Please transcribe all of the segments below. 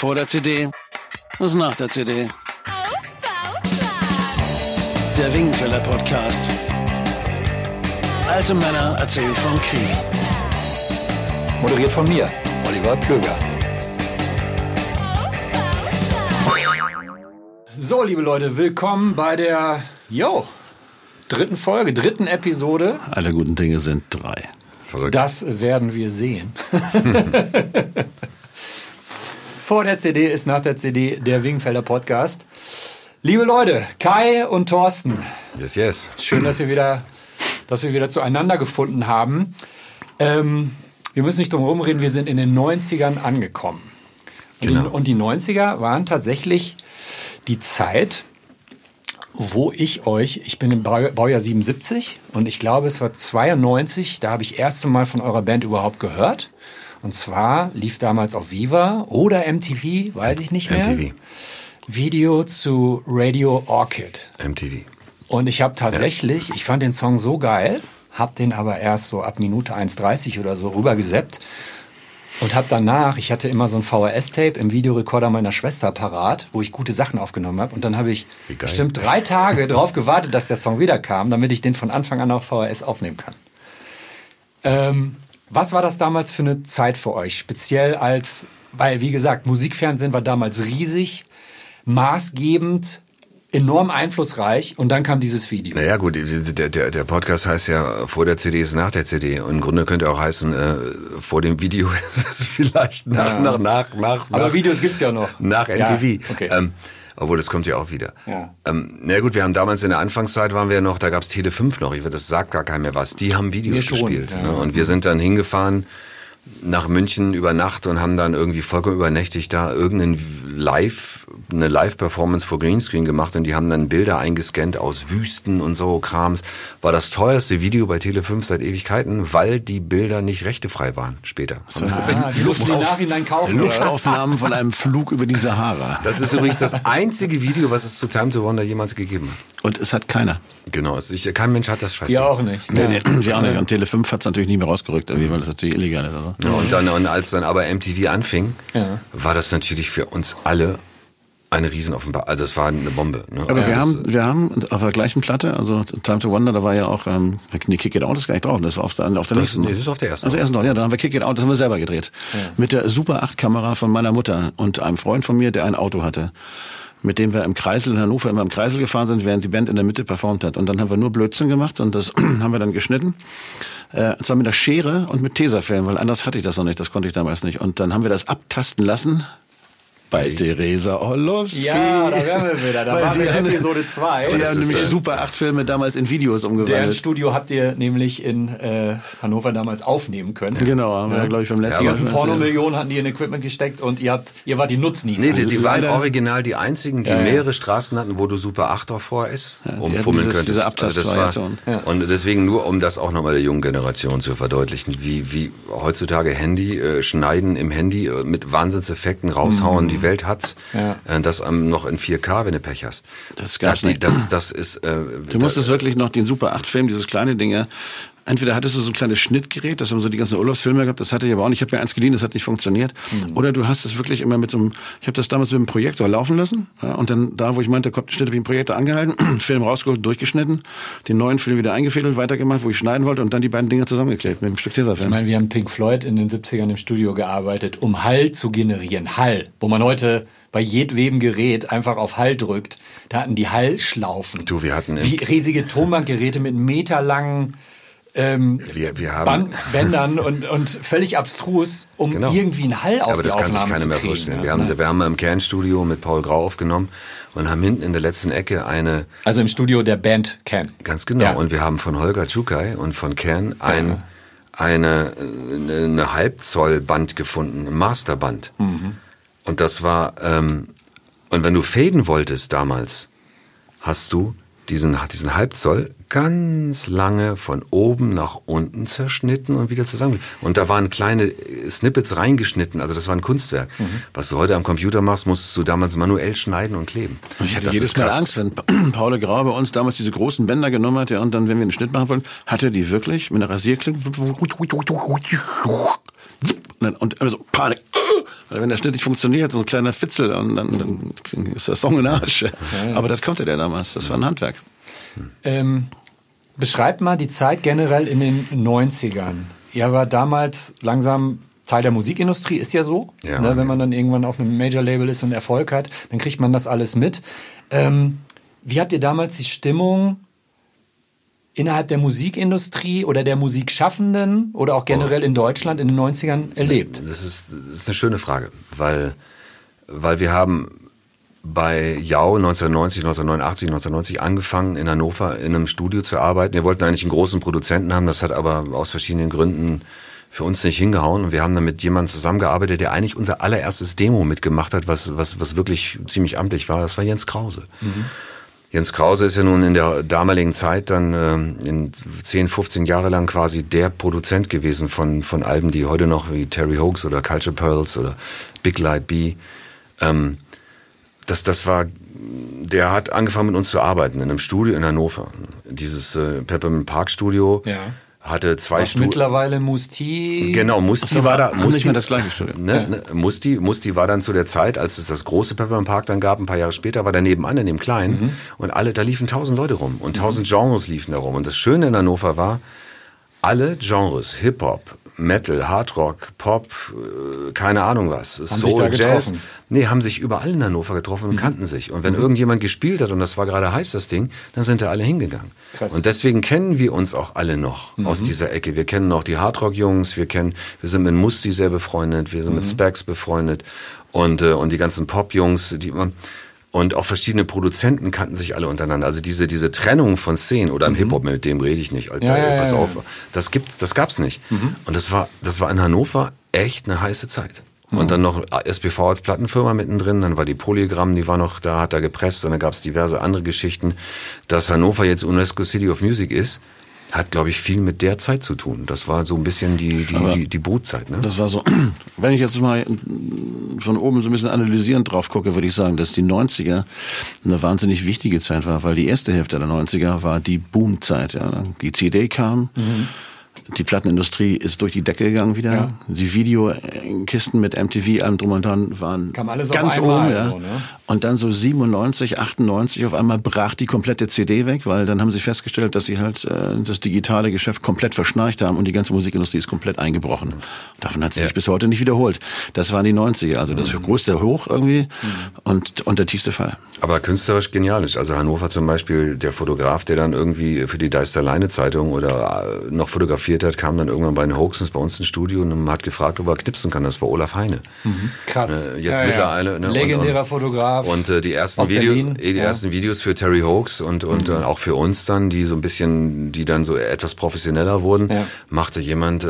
Vor der CD, was nach der CD. Der Wingenfeller Podcast. Alte Männer erzählen vom Krieg. Moderiert von mir, Oliver Plöger. So, liebe Leute, willkommen bei der dritten Episode. Alle guten Dinge sind 3. Verrückt. Das werden wir sehen. Vor der CD ist nach der CD der Wingenfelder Podcast. Liebe Leute, Kai und Thorsten. Yes. Schön, dass wir wieder zueinander gefunden haben. Wir müssen nicht drum herum reden, wir sind in den 90ern angekommen. Und die 90er waren tatsächlich die Zeit, wo ich bin im Baujahr 77 und ich glaube, es war 92, da habe ich das erste Mal von eurer Band überhaupt gehört. Und zwar lief damals auf Viva oder MTV, weiß ich nicht mehr. MTV. Video zu Radio Orchid. MTV. Und ich habe tatsächlich, ich fand den Song so geil, habe den aber erst so ab Minute 1,30 oder so rübergesappt. Und habe danach, ich hatte immer so ein VHS-Tape im Videorekorder meiner Schwester parat, wo ich gute Sachen aufgenommen habe. Und dann habe ich bestimmt 3 Tage drauf gewartet, dass der Song wiederkam, damit ich den von Anfang an auf VHS aufnehmen kann. Was war das damals für eine Zeit für euch? Speziell weil, wie gesagt, Musikfernsehen war damals riesig, maßgebend, enorm einflussreich und dann kam dieses Video. Naja gut, der Podcast heißt ja vor der CD ist nach der CD und im Grunde könnte auch heißen vor dem Video ist es vielleicht nach. Aber Videos gibt's ja noch. Nach MTV. Ja, okay. Obwohl, das kommt ja auch wieder. Ja. Na gut, wir haben damals in der Anfangszeit waren wir noch, da gab's Tele 5 noch, das sagt gar keinem mehr was. Die haben Videos gespielt. Ja. Ne? Und wir sind dann hingefahren nach München über Nacht und haben dann irgendwie vollkommen übernächtig da eine Live-Performance vor Greenscreen gemacht und die haben dann Bilder eingescannt aus Wüsten und so Krams. War das teuerste Video bei Tele 5 seit Ewigkeiten, weil die Bilder nicht rechtefrei waren später. Die mussten die Nachhinein kaufen. Luftaufnahmen von einem Flug über die Sahara. Das ist übrigens das einzige Video, was es zu Time to Wonder jemals gegeben hat. Und es hat keiner. Genau, kein Mensch hat das Scheiß. Wir auch nicht. Nee, wir auch nicht. Und Tele 5 hat es natürlich nicht mehr rausgerückt, weil das natürlich illegal ist. Also. Ja, und als dann aber MTV anfing, war das natürlich für uns alle eine Riesenoffenbarung. Also es war eine Bombe. Ne? Aber wir haben auf der gleichen Platte, also Time to Wonder, da war ja auch Kick It Out ist gar nicht drauf. Das war auf der nächsten. Nee, das ist auf der ersten. Also ersten noch, ja, dann haben wir Kick It Out, das haben wir selber gedreht. Ja. Mit der Super 8 Kamera von meiner Mutter und einem Freund von mir, der ein Auto hatte, mit dem wir im Kreisel in Hannover immer im Kreisel gefahren sind, während die Band in der Mitte performt hat. Und dann haben wir nur Blödsinn gemacht und das haben wir dann geschnitten. Und zwar mit der Schere und mit Tesafilm, weil anders hatte ich das noch nicht, das konnte ich damals nicht. Und dann haben wir das abtasten lassen bei Theresa Orlowski. Ja, da wären wir wieder. Da waren wir in Episode 2. Die haben nämlich Super 8 Filme damals in Videos umgewandelt. Deren Studio habt ihr nämlich in Hannover damals aufnehmen können. Genau, haben wir, glaube ich, beim letzten Mal. Die Pornomillionen hatten die in Equipment gesteckt und ihr wart die Nutznießer. Nee, die waren original die einzigen, die mehrere Straßen hatten, wo du Super 8 auf VHS umfummeln könntest. Diese Abtastvariation. Und deswegen nur, um das auch nochmal der jungen Generation zu verdeutlichen, wie heutzutage Handy, Schneiden im Handy mit Wahnsinnseffekten raushauen, die Welt hat's. Ja. Das noch in 4K, wenn du Pech hast. Das gab's nicht. Das ist... du musstest wirklich noch den Super 8 Film, dieses kleine Ding, ja. Entweder hattest du so ein kleines Schnittgerät, das haben so die ganzen Urlaubsfilme gehabt, das hatte ich aber auch nicht. Ich habe mir eins geliehen, das hat nicht funktioniert. Oder du hast es wirklich immer mit so einem, ich habe das damals mit einem Projektor laufen lassen, ja, und dann da, wo ich meinte, kommt ein Schnitt, habe ich den Projektor angehalten, Film rausgeholt, durchgeschnitten, den neuen Film wieder eingefädelt, weitergemacht, wo ich schneiden wollte und dann die beiden Dinger zusammengeklebt mit dem Stück Tesafilm. Ich meine, wir haben Pink Floyd in den 70ern im Studio gearbeitet, um Hall zu generieren. Hall, wo man heute bei jedwem Gerät einfach auf Hall drückt. Da hatten die Hallschlaufen. Wir hatten wie riesige Tonbandgeräte mit meterlangen Bändern und völlig abstrus, um irgendwie einen Hall auf die Aufnahme zu kriegen. Wir haben im Kern-Studio mit Paul Grau aufgenommen und haben hinten in der letzten Ecke Also im Studio der Band Can. Ganz genau. Ja. Und wir haben von Holger Czukay und von Can eine Halbzollband gefunden, ein Masterband. Und das war, und wenn du faden wolltest damals, hast du diesen Halbzoll ganz lange von oben nach unten zerschnitten und wieder zusammen. Und da waren kleine Snippets reingeschnitten, also das war ein Kunstwerk. Was du heute am Computer machst, musstest du damals manuell schneiden und kleben. Ich hatte jedes Mal Angst, wenn Paul Grau bei uns damals diese großen Bänder genommen hat, ja, und dann, wenn wir einen Schnitt machen wollten, hat er die wirklich mit einer Rasierklinge und also Panik. Wenn der Schnitt nicht funktioniert, so ein kleiner Fitzel, und dann ist der Song in der Arsch. Aber das konnte der damals, das war ein Handwerk. Beschreibt mal die Zeit generell in den 90ern. Ihr war damals langsam Teil der Musikindustrie, ist ja so. Ja, ne, wenn man dann irgendwann auf einem Major-Label ist und Erfolg hat, dann kriegt man das alles mit. Wie habt ihr damals die Stimmung innerhalb der Musikindustrie oder der Musikschaffenden oder auch generell in Deutschland in den 90ern erlebt? Das ist eine schöne Frage, weil wir haben bei Jau 1990, 1989, 1990 angefangen, in Hannover in einem Studio zu arbeiten. Wir wollten eigentlich einen großen Produzenten haben, das hat aber aus verschiedenen Gründen für uns nicht hingehauen. Und wir haben dann mit jemandem zusammengearbeitet, der eigentlich unser allererstes Demo mitgemacht hat, was wirklich ziemlich amtlich war. Das war Jens Krause. Mhm. Jens Krause ist ja nun in der damaligen Zeit dann in 10, 15 Jahre lang quasi der Produzent gewesen von Alben, die heute noch wie Terry Hoax oder Culture Pearls oder Big Light B. Das war, der hat angefangen mit uns zu arbeiten in einem Studio in Hannover. Dieses Peppermint Park Studio. Ja. Hatte 2 Studien. Mittlerweile Musti. Genau, Musti war da. Musti, nicht mehr das gleiche Studio. Ne, ja. Musti war dann zu der Zeit, als es das große Peppermint Park dann gab, ein paar Jahre später, war da nebenan in dem kleinen. Mhm. Und da liefen 1000 Leute rum. Und 1000 Genres liefen da rum. Und das Schöne in Hannover war, alle Genres, Hip-Hop, Metal, Hardrock, Pop, keine Ahnung was, Soul, Jazz. Nee, haben sich überall in Hannover getroffen und kannten sich. Und wenn irgendjemand gespielt hat, und das war gerade heiß, das Ding, dann sind da alle hingegangen. Krass. Und deswegen kennen wir uns auch alle noch aus dieser Ecke. Wir kennen noch die Hardrock-Jungs, wir sind mit Musti sehr befreundet, wir sind mit Specs befreundet und die ganzen Pop-Jungs, und auch verschiedene Produzenten kannten sich alle untereinander. Also diese Trennung von Szenen oder im Hip-Hop, mit dem rede ich nicht. Alter, pass auf. Das gab's nicht. Und das war in Hannover echt eine heiße Zeit. Und dann noch SPV als Plattenfirma mittendrin, dann war die Polygram, die war noch da, hat da gepresst, und dann gab's diverse andere Geschichten. Dass Hannover jetzt UNESCO City of Music ist, hat, glaube ich, viel mit der Zeit zu tun. Das war so ein bisschen die Brutzeit. Ne? Das war so, wenn ich jetzt mal von oben so ein bisschen analysierend drauf gucke, würde ich sagen, dass die 90er eine wahnsinnig wichtige Zeit war, weil die erste Hälfte der 90er war die Boomzeit. Ja. Die CD kam, die Plattenindustrie ist durch die Decke gegangen wieder. Ja. Die Videokisten mit MTV, allem drum und dran waren ganz oben. Ja. So, ne? Und dann so 97, 98 auf einmal brach die komplette CD weg, weil dann haben sie festgestellt, dass sie halt das digitale Geschäft komplett verschnarcht haben und die ganze Musikindustrie ist komplett eingebrochen. Davon hat sie sich bis heute nicht wiederholt. Das waren die 90er, also das größte Hoch irgendwie und der tiefste Fall. Aber künstlerisch genialisch. Also Hannover zum Beispiel, der Fotograf, der dann irgendwie für die Deisterleine-Zeitung oder noch fotografiert hat, kam dann irgendwann bei den Hoaxens bei uns ins Studio und hat gefragt, ob er knipsen kann. Das war Olaf Heine. Krass. Jetzt mittlerweile. Ne, legendärer Fotograf. Und die ersten Videos für Terry Hoax und auch für uns dann, die so ein bisschen, die dann so etwas professioneller wurden, machte jemand,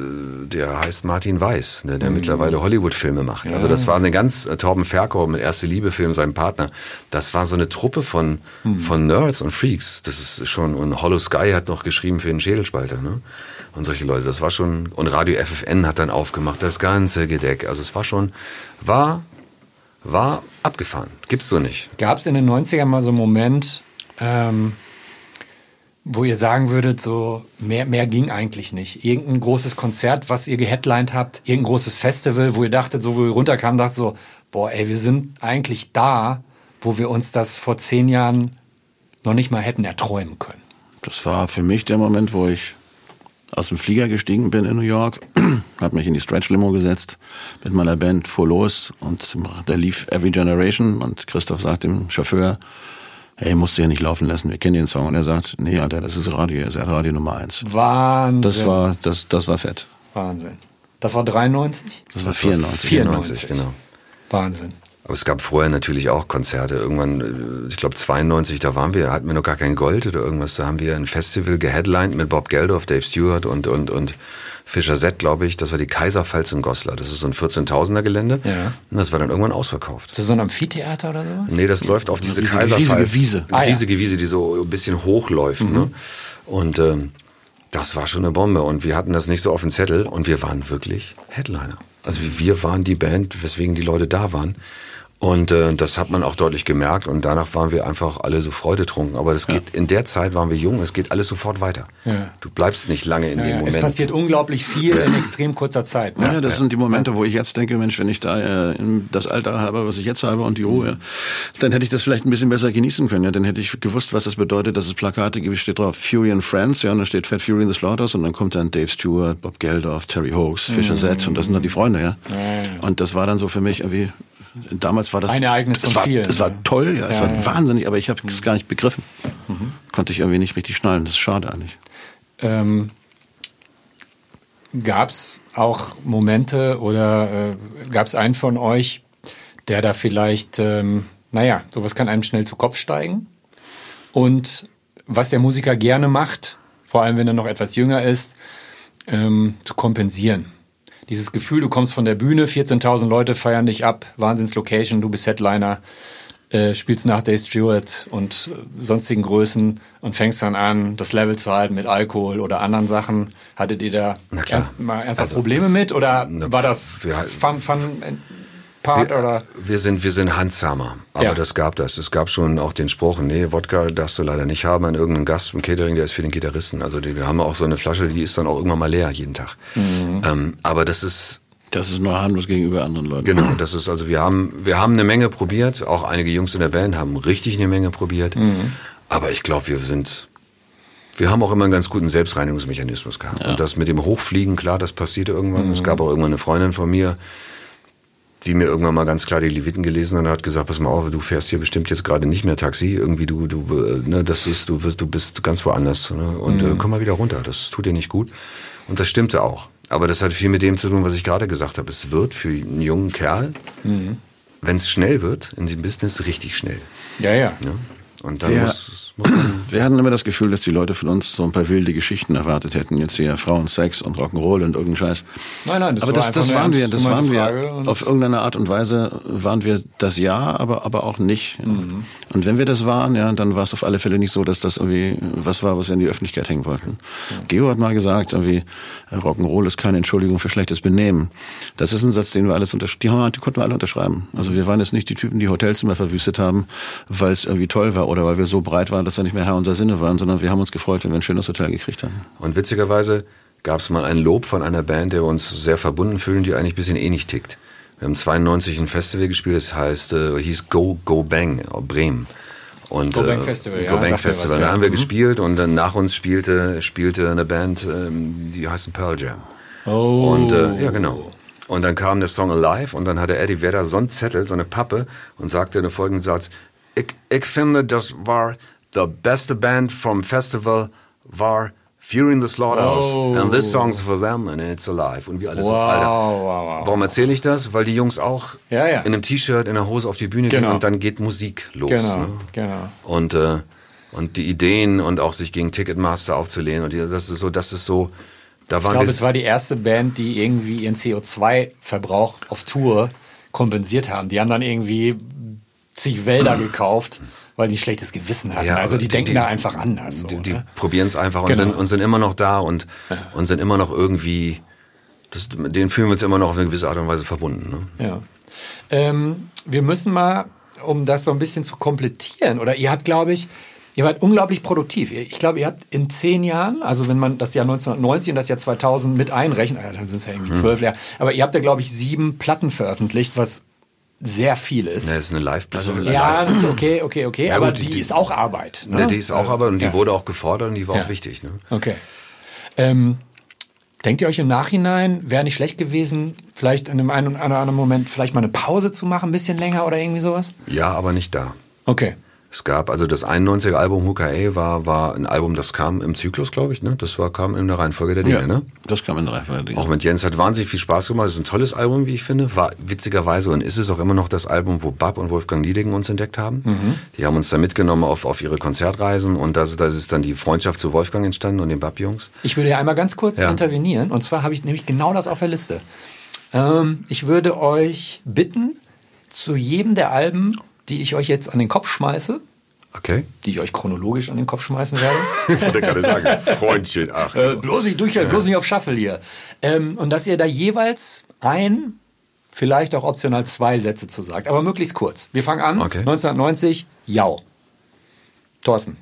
der heißt Martin Weiß, ne, der mittlerweile Hollywood-Filme macht. Also das war eine ganz, Torben Ferkow mit Erste Liebe-Film, seinem Partner. Das war so eine Truppe von Nerds und Freaks. Das ist schon, und Hollow Sky hat noch geschrieben für den Schädelspalter, ne? Und solche Leute, das war schon, und Radio FFN hat dann aufgemacht, das ganze Gedeck. Also es war schon, war abgefahren. Gibt's so nicht. Gab's in den 90ern mal so einen Moment, wo ihr sagen würdet, so mehr ging eigentlich nicht? Irgendein großes Konzert, was ihr geheadlined habt, irgendein großes Festival, wo ihr dachtet, so wo ihr runterkamt, dachtet so, boah, ey, wir sind eigentlich da, wo wir uns das vor 10 Jahren noch nicht mal hätten erträumen können. Das war für mich der Moment, wo ich aus dem Flieger gestiegen bin in New York, habe mich in die Stretch-Limo gesetzt, mit meiner Band fuhr los und da lief Every Generation und Christoph sagt dem Chauffeur, hey, musst du ja nicht laufen lassen, wir kennen den Song. Und er sagt, nee, Alter, das ist Radio, das ist Radio Nummer 1. Wahnsinn. Das war fett. Wahnsinn. Das war 93? Das war 94. 94, genau. Wahnsinn. Aber es gab vorher natürlich auch Konzerte. Irgendwann, ich glaube 92, da hatten wir noch gar kein Gold oder irgendwas. Da haben wir ein Festival geheadlined mit Bob Geldof, Dave Stewart und Fischer Z, glaube ich. Das war die Kaiserpfalz in Goslar. Das ist so ein 14.000er Gelände. Ja. Und das war dann irgendwann ausverkauft. Das ist so ein Amphitheater oder sowas? Nee, das läuft auf diese Kaiserpfalz. Riesige Wiese, die so ein bisschen hochläuft. Ne? Und das war schon eine Bombe. Und wir hatten das nicht so auf dem Zettel. Und wir waren wirklich Headliner. Also wir waren die Band, weswegen die Leute da waren. Und das hat man auch deutlich gemerkt und danach waren wir einfach alle so freudetrunken. Aber das geht, in der Zeit waren wir jung, es geht alles sofort weiter. Ja. Du bleibst nicht lange in dem Moment. Es passiert unglaublich viel in extrem kurzer Zeit. Ne? Ja, das sind die Momente, wo ich jetzt denke, Mensch, wenn ich da das Alter habe, was ich jetzt habe und die Ruhe, dann hätte ich das vielleicht ein bisschen besser genießen können. Ja? Dann hätte ich gewusst, was das bedeutet, dass es Plakate gibt, steht drauf Fury and Friends, ja, und da steht Fat Fury in the Slaughters und dann kommt dann Dave Stewart, Bob Geldof, Terry Hoax, Fischer Zett und das sind dann die Freunde, ja. Und das war dann so für mich irgendwie... Damals war das ein Ereignis von vielen. Es war toll, ja, es war wahnsinnig, aber ich habe es gar nicht begriffen. Konnte ich irgendwie nicht richtig schnallen. Das ist schade eigentlich. Gab es auch Momente oder gab es einen von euch, der da vielleicht, sowas kann einem schnell zu Kopf steigen? Und was der Musiker gerne macht, vor allem wenn er noch etwas jünger ist, zu kompensieren. Dieses Gefühl, du kommst von der Bühne, 14.000 Leute feiern dich ab, Wahnsinns-Location, du bist Headliner, spielst nach Dave Stewart und sonstigen Größen und fängst dann an, das Level zu halten mit Alkohol oder anderen Sachen. Hattet ihr da ernsthaft Probleme mit oder war das Fun Part? Wir sind handsamer, aber das gab das. Es gab schon auch den Spruch, nee, Wodka darfst du leider nicht haben an irgendeinem Gast im Catering, der ist für den Gitarristen. Also wir haben auch so eine Flasche, die ist dann auch irgendwann mal leer jeden Tag. Aber das ist nur harmlos gegenüber anderen Leuten. Genau, das ist also wir haben eine Menge probiert, auch einige Jungs in der Band haben richtig eine Menge probiert. Aber ich glaube, wir haben auch immer einen ganz guten Selbstreinigungsmechanismus gehabt. Ja. Und das mit dem Hochfliegen, klar, das passierte irgendwann. Es gab auch irgendwann eine Freundin von mir, die mir irgendwann mal ganz klar die Leviten gelesen und hat gesagt, pass mal auf, du fährst hier bestimmt jetzt gerade nicht mehr Taxi, irgendwie du bist ganz woanders, ne? Und komm mal wieder runter, das tut dir nicht gut. Und das stimmte auch. Aber das hat viel mit dem zu tun, was ich gerade gesagt habe. Es wird für einen jungen Kerl, wenn es schnell wird, in dem Business richtig schnell. Ja. Und dann wir hatten immer das Gefühl, dass die Leute von uns so ein paar wilde Geschichten erwartet hätten. Jetzt hier Frauen, Sex und Rock'n'Roll und irgendein Scheiß. Nein, aber das waren wir. Auf irgendeine Art und Weise waren wir das aber auch nicht. Und wenn wir das waren, dann war es auf alle Fälle nicht so, dass das irgendwie was war, was wir in die Öffentlichkeit hängen wollten. Geo hat mal gesagt, irgendwie Rock'n'Roll ist keine Entschuldigung für schlechtes Benehmen. Das ist ein Satz, den wir die konnten wir alle unterschreiben. Also wir waren jetzt nicht die Typen, die Hotelzimmer verwüstet haben, weil es irgendwie toll war oder weil wir so breit waren, dass wir nicht mehr Herr unserer Sinne waren, sondern wir haben uns gefreut, wenn wir ein schönes Hotel gekriegt haben. Und witzigerweise gab es mal ein Lob von einer Band, der wir uns sehr verbunden fühlen, die eigentlich ein bisschen ähnlich tickt. Wir haben 92 ein Festival gespielt, das hieß Go Bang, Bremen. Und, Go Bang Festival, Go Bang Festival. Da haben wir gespielt und dann nach uns spielte eine Band, die heißt Pearl Jam. Oh. Und genau. Und dann kam der Song Alive und dann hatte Eddie Vedder so einen Zettel, so eine Pappe und sagte den folgenden Satz: Ich finde, das war die beste Band vom Festival, war Fury in the Slaughterhouse. And this song's for them and it's alive. Und wir alle so, Alter. Wow. Warum erzähle ich das? Weil die Jungs auch in einem T-Shirt, in der Hose auf die Bühne gehen und dann geht Musik los. Genau. Und die Ideen und auch sich gegen Ticketmaster aufzulehnen. Und das ist so. Da waren ich glaube, es war die erste Band, die irgendwie ihren CO2-Verbrauch auf Tour kompensiert haben. Die haben dann irgendwie zig Wälder gekauft, weil die ein schlechtes Gewissen hatten. Ja, also die denken da einfach anders. So, die probieren es einfach und sind immer noch da und sind immer noch irgendwie, denen fühlen wir uns immer noch auf eine gewisse Art und Weise verbunden. Ne? Ja. Wir müssen mal, um das so ein bisschen zu komplettieren, oder ihr wart unglaublich produktiv. Ich glaube, ihr habt in 10 Jahren, also wenn man das Jahr 1990 und das Jahr 2000 mit einrechnet, dann sind es ja irgendwie 12 Jahre, aber ihr habt ja, glaube ich, 7 Platten veröffentlicht, was sehr viel ist. Ja, ist eine Live-Platte. Also, okay, ja, aber gut, die ist auch Arbeit. Ne? Ja, die ist auch Arbeit und die wurde auch gefordert und die war auch wichtig. Ne? Okay. Denkt ihr euch im Nachhinein, wäre nicht schlecht gewesen, vielleicht in einem einen oder anderen Moment vielleicht mal eine Pause zu machen, ein bisschen länger oder irgendwie sowas? Ja, aber nicht da. Okay. Es gab, also das 91er Album Hooker war ein Album, das kam im Zyklus, glaube ich, ne? Das kam in der Reihenfolge der Dinge, ne? Das kam in der Reihenfolge der Dinge. Auch mit Jens hat wahnsinnig viel Spaß gemacht. Es ist ein tolles Album, wie ich finde. War witzigerweise und ist es auch immer noch das Album, wo Bab und Wolfgang Liedegen uns entdeckt haben. Die haben uns da mitgenommen auf ihre Konzertreisen und das ist dann die Freundschaft zu Wolfgang entstanden und den Bab-Jungs. Ich würde ja einmal ganz kurz intervenieren und zwar habe ich nämlich genau das auf der Liste. Ich würde euch bitten, zu jedem der Alben, die ich euch jetzt an den Kopf schmeiße, die ich euch chronologisch an den Kopf schmeißen werde. Ich wollte gerade sagen, Freundchen, bloß nicht auf Shuffle hier. Und dass ihr da jeweils ein vielleicht auch optional 2 Sätze zu sagt, aber möglichst kurz. Wir fangen an, Okay. 1990, Jau. Thorsten.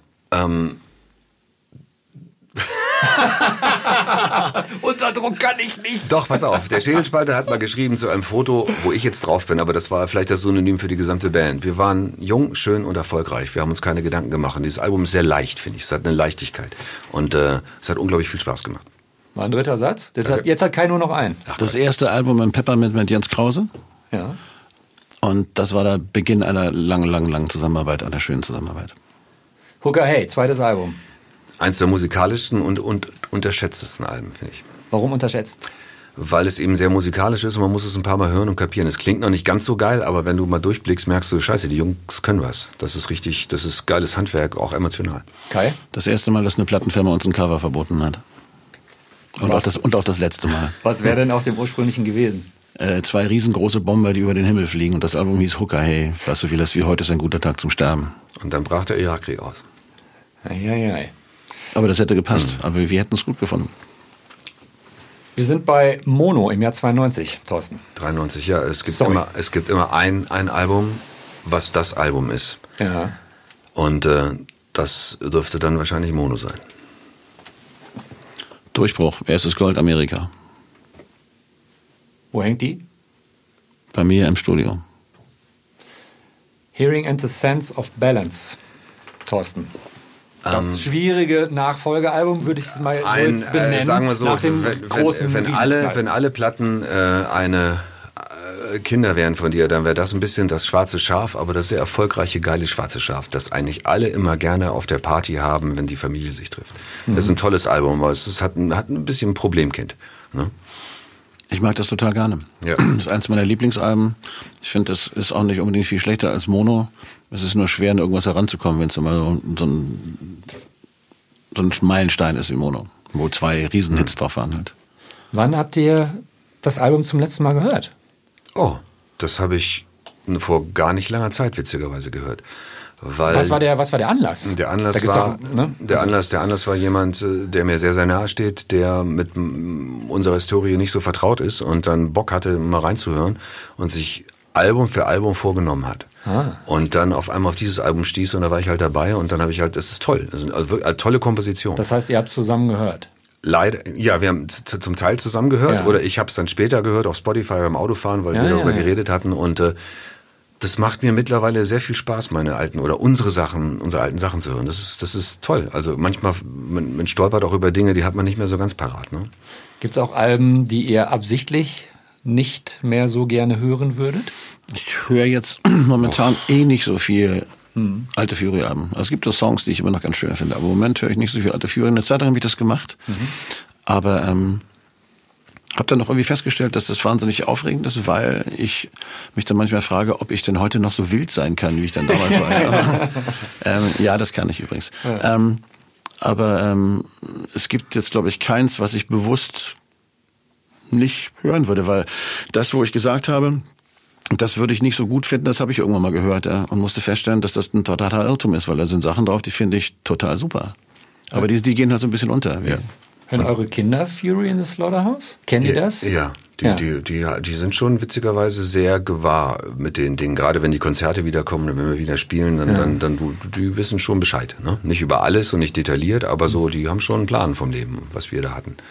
Unter Druck kann ich nicht. Doch, pass auf. Der Schädelspalter hat mal geschrieben zu einem Foto, wo ich jetzt drauf bin, aber das war vielleicht das Synonym für die gesamte Band. Wir waren jung, schön und erfolgreich. Wir haben uns keine Gedanken gemacht. Und dieses Album ist sehr leicht, finde ich. Es hat eine Leichtigkeit. Und es hat unglaublich viel Spaß gemacht. War ein dritter Satz. Jetzt hat Kai nur noch einen. Das erste Album im Peppermint mit Jens Krause. Ja. Und das war der Beginn einer langen Zusammenarbeit, einer schönen Zusammenarbeit. Hooker Hey, zweites Album. Eins der musikalischsten und unterschätztesten Alben, finde ich. Warum unterschätzt? Weil es eben sehr musikalisch ist und man muss es ein paar Mal hören und kapieren. Es klingt noch nicht ganz so geil, aber wenn du mal durchblickst, merkst du, scheiße, die Jungs können was. Das ist richtig, das ist geiles Handwerk, auch emotional. Kai? Das erste Mal, dass eine Plattenfirma uns ein Cover verboten hat. Und auch das letzte Mal. Was wäre denn auf dem ursprünglichen gewesen? 2 riesengroße Bomber, die über den Himmel fliegen. Und das Album hieß Hooker Hey, was so viel ist wie heute ist ein guter Tag zum Sterben. Und dann brach der Irakkrieg aus. Eieiei. Aber das hätte gepasst. Aber wir hätten es gut gefunden. Wir sind bei Mono im Jahr 92, Thorsten. 93, ja. Es gibt Sorry. immer ein Album, was das Album ist. Ja. Und das dürfte dann wahrscheinlich Mono sein. Durchbruch, erstes Gold Amerika. Wo hängt die? Bei mir im Studio. Hearing and the Sense of Balance, Thorsten. Das schwierige Nachfolgealbum würde ich es mal so jetzt benennen. Sagen wir so, nach dem großen wenn alle Platten eine Kinder wären von dir, dann wäre das ein bisschen das schwarze Schaf, aber das sehr erfolgreiche, geile schwarze Schaf, das eigentlich alle immer gerne auf der Party haben, wenn die Familie sich trifft. Das ist ein tolles Album, aber es hat ein bisschen ein Problemkind. Ne? Ich mag das total gerne. Ja. Das ist eins meiner Lieblingsalben. Ich finde, das ist auch nicht unbedingt viel schlechter als Mono. Es ist nur schwer, an irgendwas heranzukommen, wenn es immer so ein Meilenstein ist wie Mono, wo 2 Riesenhits drauf waren halt. Wann habt ihr das Album zum letzten Mal gehört? Oh, das habe ich vor gar nicht langer Zeit witzigerweise gehört. Weil Was war der Anlass? Der Anlass Da gibt's war, doch, ne? der Anlass war jemand, der mir sehr, sehr nahe steht, der mit unserer Historie nicht so vertraut ist und dann Bock hatte, mal reinzuhören und sich Album für Album vorgenommen hat. Und dann auf einmal auf dieses Album stieß und da war ich halt dabei und dann habe ich halt, das ist toll. Das ist eine tolle Komposition. Das heißt, ihr habt zusammen gehört? Leider, ja, wir haben zum Teil zusammen gehört oder ich habe es dann später gehört auf Spotify beim Autofahren, weil wir darüber geredet hatten und das macht mir mittlerweile sehr viel Spaß, unsere alten Sachen zu hören. Das ist toll. Also manchmal, man stolpert auch über Dinge, die hat man nicht mehr so ganz parat. Ne? Gibt es auch Alben, die ihr absichtlich nicht mehr so gerne hören würdet? Ich höre jetzt momentan nicht so viel alte Fury-Alben. Also es gibt so Songs, die ich immer noch ganz schön finde, aber im Moment höre ich nicht so viel alte Fury. Eine Zeit lang habe ich das gemacht, aber habe dann noch irgendwie festgestellt, dass das wahnsinnig aufregend ist, weil ich mich dann manchmal frage, ob ich denn heute noch so wild sein kann, wie ich dann damals war. Ja, das kann ich übrigens. Aber es gibt jetzt, glaube ich, keins, was ich bewusst nicht hören würde, weil das, wo ich gesagt habe, das würde ich nicht so gut finden, das habe ich irgendwann mal gehört und musste feststellen, dass das ein totaler Irrtum ist, weil da sind Sachen drauf, die finde ich total super. Aber die gehen halt so ein bisschen unter. Ja. Hören eure Kinder Fury in the Slaughterhouse? Kennen die das? Ja, die sind schon witzigerweise sehr gewahr mit den Dingen. Gerade wenn die Konzerte wiederkommen und wenn wir wieder spielen, dann die wissen schon Bescheid. Ne? Nicht über alles und nicht detailliert, aber so, die haben schon einen Plan vom Leben, was wir da hatten.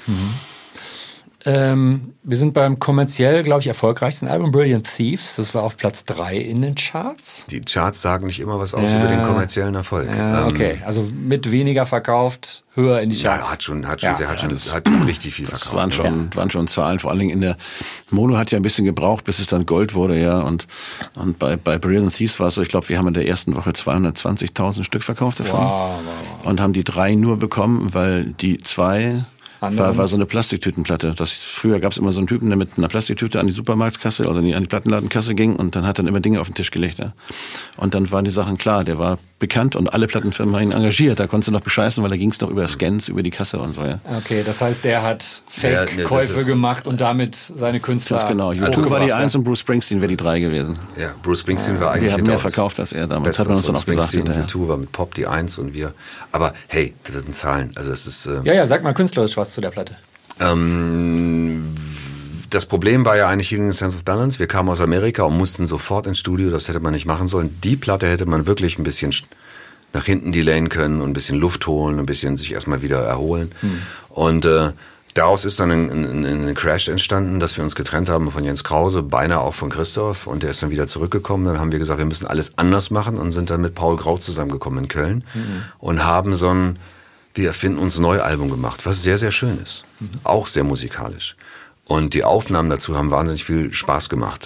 Wir sind beim kommerziell, glaube ich, erfolgreichsten Album Brilliant Thieves. Das war auf Platz 3 in den Charts. Die Charts sagen nicht immer was aus über den kommerziellen Erfolg. Okay, also mit weniger verkauft, höher in die Charts. Ja, hat schon richtig viel verkauft. Das waren schon Zahlen, vor allen Dingen in der Mono hat ja ein bisschen gebraucht, bis es dann Gold wurde, ja. Und bei Brilliant Thieves war es so, ich glaube, wir haben in der ersten Woche 220.000 Stück verkauft davon. Wow. Und haben die 3 nur bekommen, weil die 2 war so eine Plastiktütenplatte. Früher gab es immer so einen Typen, der mit einer Plastiktüte an die Supermarktkasse, also an die Plattenladenkasse ging und dann hat dann immer Dinge auf den Tisch gelegt. Ja. Und dann waren die Sachen klar, der war bekannt und alle Plattenfirmen haben ihn engagiert. Da konntest du noch bescheißen, weil da ging es noch über Scans, über die Kasse und so. Ja. Okay, das heißt, der hat Fake-Käufe gemacht und damit seine Künstler. Ganz genau. U2 war die 1 und Bruce Springsteen wäre die 3 gewesen. Ja, Bruce Springsteen war eigentlich. Wir haben mehr verkauft als er damals. Hat man uns dann auch gesagt hinterher. U2 war mit Pop die 1 und wir. Aber hey, das sind Zahlen. Also es ist. Ja, sag mal künstlerisch was zu der Platte. das Problem war ja eigentlich Healing the Sense of Balance. Wir kamen aus Amerika und mussten sofort ins Studio. Das hätte man nicht machen sollen. Die Platte hätte man wirklich ein bisschen nach hinten delayen können und ein bisschen Luft holen, ein bisschen sich erstmal wieder erholen. Und daraus ist dann ein Crash entstanden, dass wir uns getrennt haben von Jens Krause, beinahe auch von Christoph. Und der ist dann wieder zurückgekommen. Dann haben wir gesagt, wir müssen alles anders machen und sind dann mit Paul Grau zusammengekommen in Köln und haben wir erfinden uns ein neues Album gemacht, was sehr, sehr schön ist. Auch sehr musikalisch. Und die Aufnahmen dazu haben wahnsinnig viel Spaß gemacht.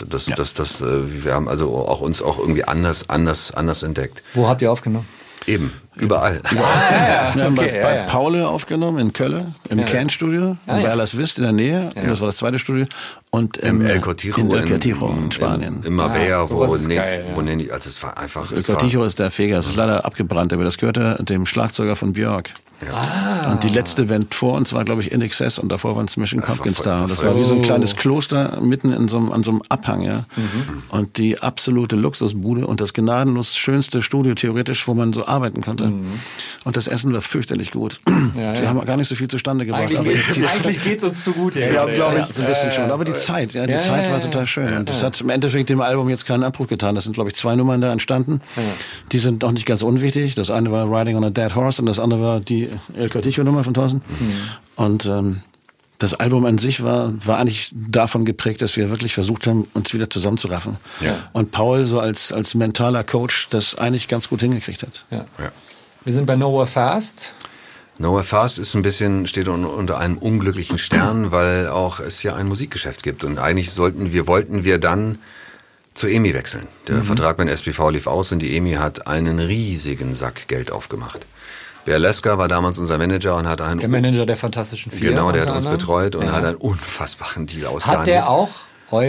Wir haben also auch uns auch irgendwie anders entdeckt. Wo habt ihr aufgenommen? Eben, überall. Wir haben bei Paul aufgenommen in Köln, im Can-Studio, in Vallas Vist in der Nähe. Ja. Das war das zweite Studio. Und im El Cortijo in Spanien. Im Marbella, wo es es war einfach... El Cortijo ist der Feger, es ist leider abgebrannt, aber das gehörte dem Schlagzeuger von Björk. Ja. Und die letzte Band vor uns war, glaube ich, In Excess und davor waren Smashing Pumpkins da. Und das war wie so ein kleines Kloster mitten an so einem Abhang. Ja. Und die absolute Luxusbude und das gnadenlos schönste Studio theoretisch, wo man so arbeiten konnte. Und das Essen war fürchterlich gut. Wir haben gar nicht so viel zustande gebracht. Eigentlich geht es uns zu gut. Glaube ich. So ein bisschen schon. Aber die Zeit, die Zeit war total schön. Und das hat im Endeffekt dem Album jetzt keinen Abbruch getan. Das sind, glaube ich, 2 Nummern da entstanden. Die sind noch nicht ganz unwichtig. Das eine war Riding on a Dead Horse und das andere war die El Cortijo-Nummer von Thorsten. Und das Album an sich war eigentlich davon geprägt, dass wir wirklich versucht haben, uns wieder zusammenzuraffen. Ja. Und Paul so als mentaler Coach das eigentlich ganz gut hingekriegt hat. Ja. Wir sind bei Nowhere Fast. Nowhere Fast ist steht unter einem unglücklichen Stern, weil auch es ja ein Musikgeschäft gibt. Und eigentlich wollten wir dann zur EMI wechseln. Der Vertrag mit SPV lief aus und die EMI hat einen riesigen Sack Geld aufgemacht. Bär Leska war damals unser Manager und hat der Manager der Fantastischen Vier. Genau, der hat uns betreut und hat einen unfassbaren Deal ausgehandelt. Hat der auch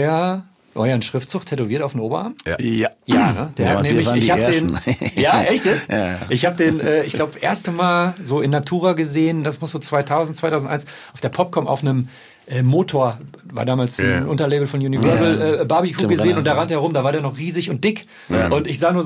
euren Schriftzug tätowiert auf den Oberarm? Ja. Ne? Der hat nämlich, ich habe den, ja, echt jetzt? Ja. Ich habe den, ich glaube, erste Mal so in Natura gesehen, das muss so 2001, auf der Popcom auf einem Motor, war damals ein Unterlabel von Universal, Barbecue gesehen und da rannte er rum, da war der noch riesig und dick. Und ich sah nur